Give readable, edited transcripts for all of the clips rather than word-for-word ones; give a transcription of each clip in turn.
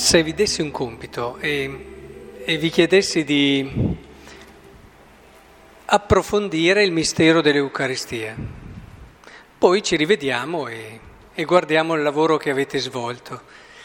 Se vi dessi un compito e vi chiedessi di approfondire il mistero dell'Eucaristia, poi ci rivediamo e guardiamo il lavoro che avete svolto.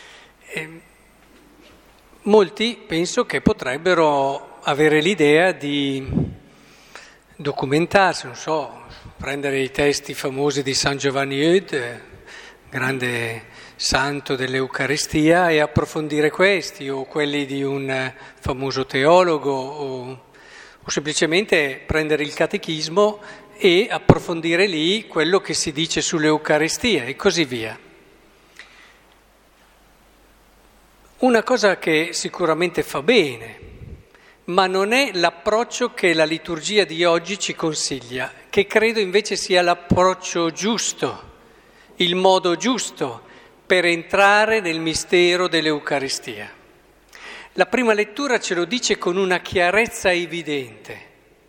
Molti penso che potrebbero avere l'idea di documentarsi, non so, prendere i testi famosi di San Giovanni Eudes, grande santo dell'Eucaristia, e approfondire questi, o quelli di un famoso teologo, o semplicemente prendere il catechismo e approfondire lì quello che si dice sull'Eucaristia e così via. Una cosa che sicuramente fa bene, ma non è l'approccio che la liturgia di oggi ci consiglia, che credo invece sia l'approccio giusto, il modo giusto per entrare nel mistero dell'Eucaristia. La prima lettura ce lo dice con una chiarezza evidente.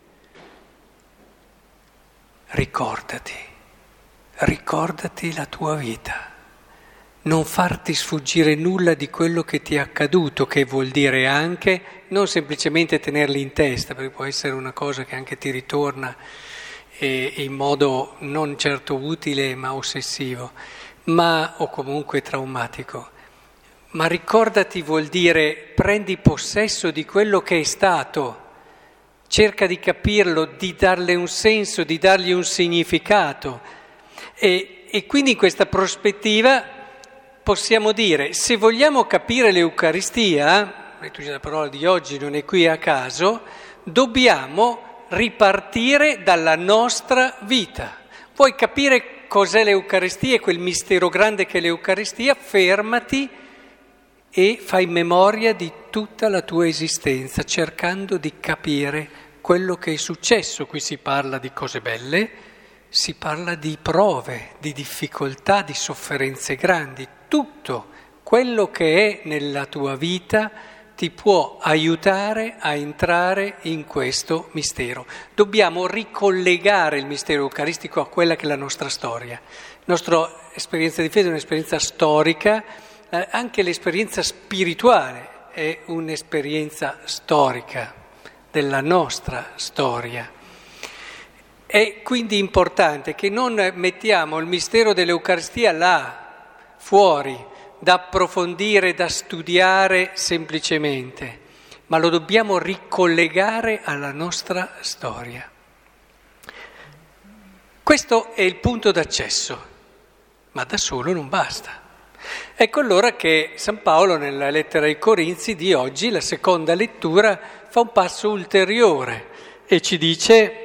Ricordati la tua vita, non farti sfuggire nulla di quello che ti è accaduto, che vuol dire anche non semplicemente tenerli in testa, perché può essere una cosa che anche ti ritorna in modo non certo utile ma ossessivo, o comunque traumatico. Ma ricordati vuol dire prendi possesso di quello che è stato, cerca di capirlo, di darle un senso, di dargli un significato. E quindi in questa prospettiva possiamo dire, se vogliamo capire l'Eucaristia, la liturgia della parola di oggi non è qui a caso, dobbiamo ripartire dalla nostra vita. Vuoi capire cos'è l'Eucaristia e quel mistero grande che è l'Eucaristia? Fermati e fai memoria di tutta la tua esistenza, cercando di capire quello che è successo. Qui si parla di cose belle, si parla di prove, di difficoltà, di sofferenze grandi. Tutto quello che è nella tua vita ti può aiutare a entrare in questo mistero. Dobbiamo ricollegare il mistero eucaristico a quella che è la nostra storia. La nostra esperienza di fede è un'esperienza storica, anche l'esperienza spirituale è un'esperienza storica della nostra storia. È quindi importante che non mettiamo il mistero dell'Eucaristia là, fuori, da approfondire, da studiare semplicemente, ma lo dobbiamo ricollegare alla nostra storia. Questo è il punto d'accesso, ma da solo non basta. Ecco allora che San Paolo nella lettera ai Corinzi di oggi, la seconda lettura, fa un passo ulteriore e ci dice: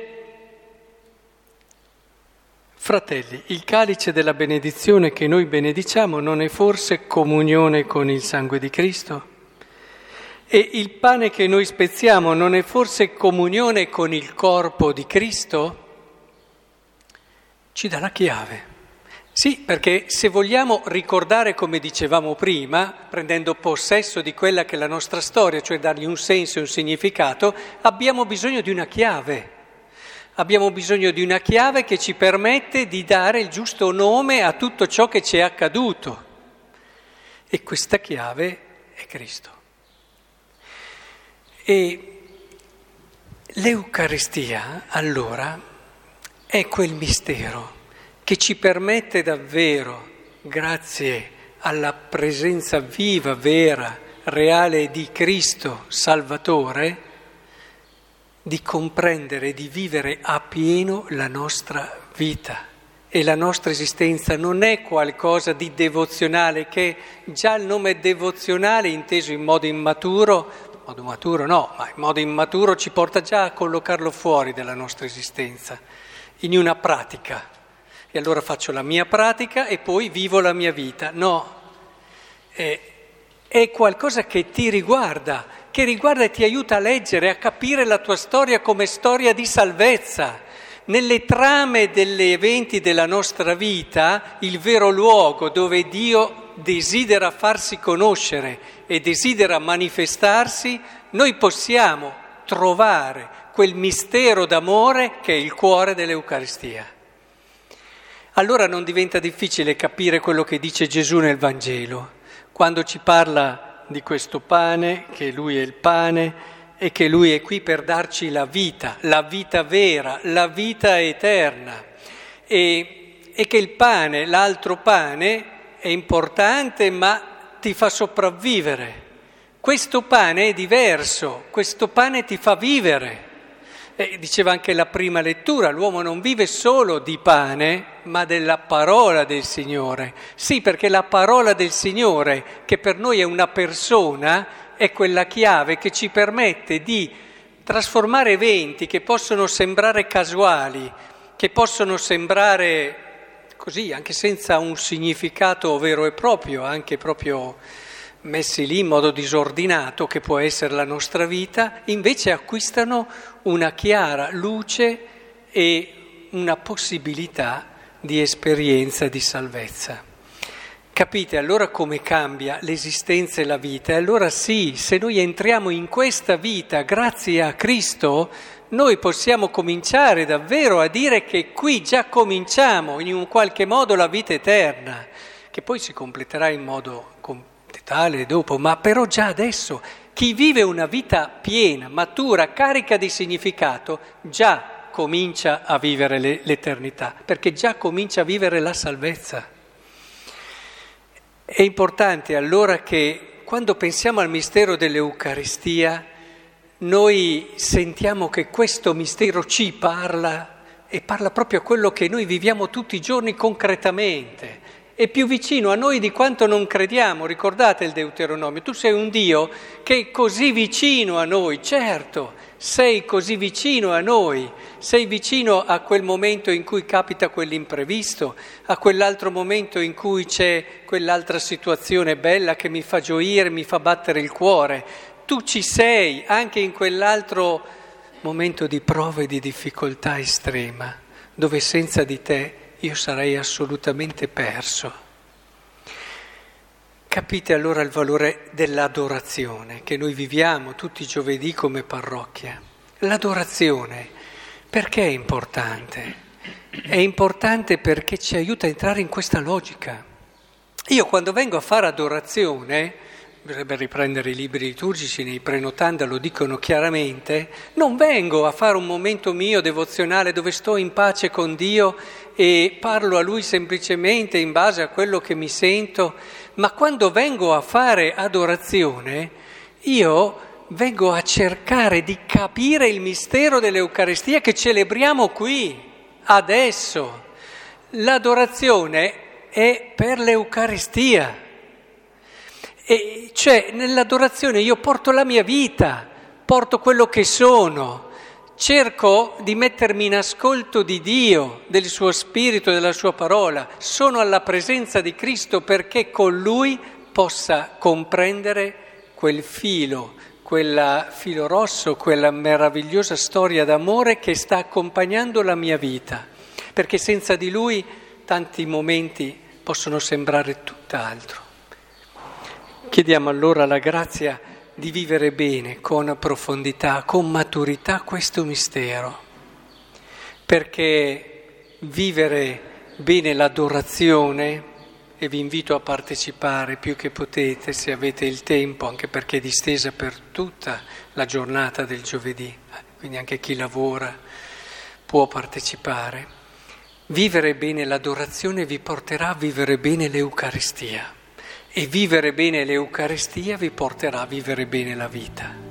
fratelli, il calice della benedizione che noi benediciamo non è forse comunione con il sangue di Cristo? E il pane che noi spezziamo non è forse comunione con il corpo di Cristo? Ci dà la chiave. Sì, perché se vogliamo ricordare, come dicevamo prima, prendendo possesso di quella che è la nostra storia, cioè dargli un senso e un significato, abbiamo bisogno di una chiave. Abbiamo bisogno di una chiave che ci permette di dare il giusto nome a tutto ciò che ci è accaduto. E questa chiave è Cristo. E l'Eucaristia, allora, è quel mistero che ci permette davvero, grazie alla presenza viva, vera, reale di Cristo Salvatore, di comprendere, di vivere a pieno la nostra vita. E la nostra esistenza non è qualcosa di devozionale, che già il nome devozionale, inteso in modo immaturo in modo immaturo ci porta già a collocarlo fuori dalla nostra esistenza, in una pratica. E allora faccio la mia pratica e poi vivo la mia vita. No, è qualcosa che ti riguarda e ti aiuta a leggere, a capire la tua storia come storia di salvezza. Nelle trame degli eventi della nostra vita, il vero luogo dove Dio desidera farsi conoscere e desidera manifestarsi, noi possiamo trovare quel mistero d'amore che è il cuore dell'Eucaristia. Allora non diventa difficile capire quello che dice Gesù nel Vangelo, quando ci parla di questo pane, che Lui è il pane e che Lui è qui per darci la vita vera, la vita eterna. E che il pane, l'altro pane, è importante ma ti fa sopravvivere. Questo pane è diverso, questo pane ti fa vivere. Diceva anche la prima lettura, l'uomo non vive solo di pane, ma della parola del Signore. Sì, perché la parola del Signore, che per noi è una persona, è quella chiave che ci permette di trasformare eventi che possono sembrare casuali, che possono sembrare così, anche senza un significato vero e proprio, anche proprio messi lì in modo disordinato, che può essere la nostra vita, invece acquistano una chiara luce e una possibilità di esperienza di salvezza. Capite allora come cambia l'esistenza e la vita? E allora sì, se noi entriamo in questa vita grazie a Cristo, noi possiamo cominciare davvero a dire che qui già cominciamo in un qualche modo la vita eterna, che poi si completerà in modo tale dopo, ma però già adesso chi vive una vita piena, matura, carica di significato, già comincia a vivere l'eternità, perché già comincia a vivere la salvezza. È importante allora che quando pensiamo al mistero dell'Eucaristia, noi sentiamo che questo mistero ci parla e parla proprio a quello che noi viviamo tutti i giorni concretamente. È più vicino a noi di quanto non crediamo. Ricordate il Deuteronomio, tu sei un Dio che è così vicino a noi, certo, sei così vicino a noi, sei vicino a quel momento in cui capita quell'imprevisto, a quell'altro momento in cui c'è quell'altra situazione bella che mi fa gioire, mi fa battere il cuore. Tu ci sei anche in quell'altro momento di prova e di difficoltà estrema, dove senza di te io sarei assolutamente perso. Capite allora il valore dell'adorazione che noi viviamo tutti i giovedì come parrocchia. L'adorazione, perché è importante? È importante perché ci aiuta a entrare in questa logica. Io quando vengo a fare adorazione, bisognerebbe riprendere i libri liturgici, nei prenotanda lo dicono chiaramente, non vengo a fare un momento mio devozionale dove sto in pace con Dio e parlo a Lui semplicemente in base a quello che mi sento, ma quando vengo a fare adorazione io vengo a cercare di capire il mistero dell'Eucaristia che celebriamo qui, adesso. L'adorazione è per l'Eucaristia. E cioè nell'adorazione io porto la mia vita, porto quello che sono, cerco di mettermi in ascolto di Dio, del suo spirito, della sua parola, sono alla presenza di Cristo perché con Lui possa comprendere quel filo rosso, quella meravigliosa storia d'amore che sta accompagnando la mia vita, perché senza di Lui tanti momenti possono sembrare tutt'altro. Chiediamo allora la grazia di vivere bene, con profondità, con maturità questo mistero, perché vivere bene l'adorazione, e vi invito a partecipare più che potete se avete il tempo, anche perché è distesa per tutta la giornata del giovedì, quindi anche chi lavora può partecipare. Vivere bene l'adorazione vi porterà a vivere bene l'Eucaristia. E vivere bene l'Eucaristia vi porterà a vivere bene la vita.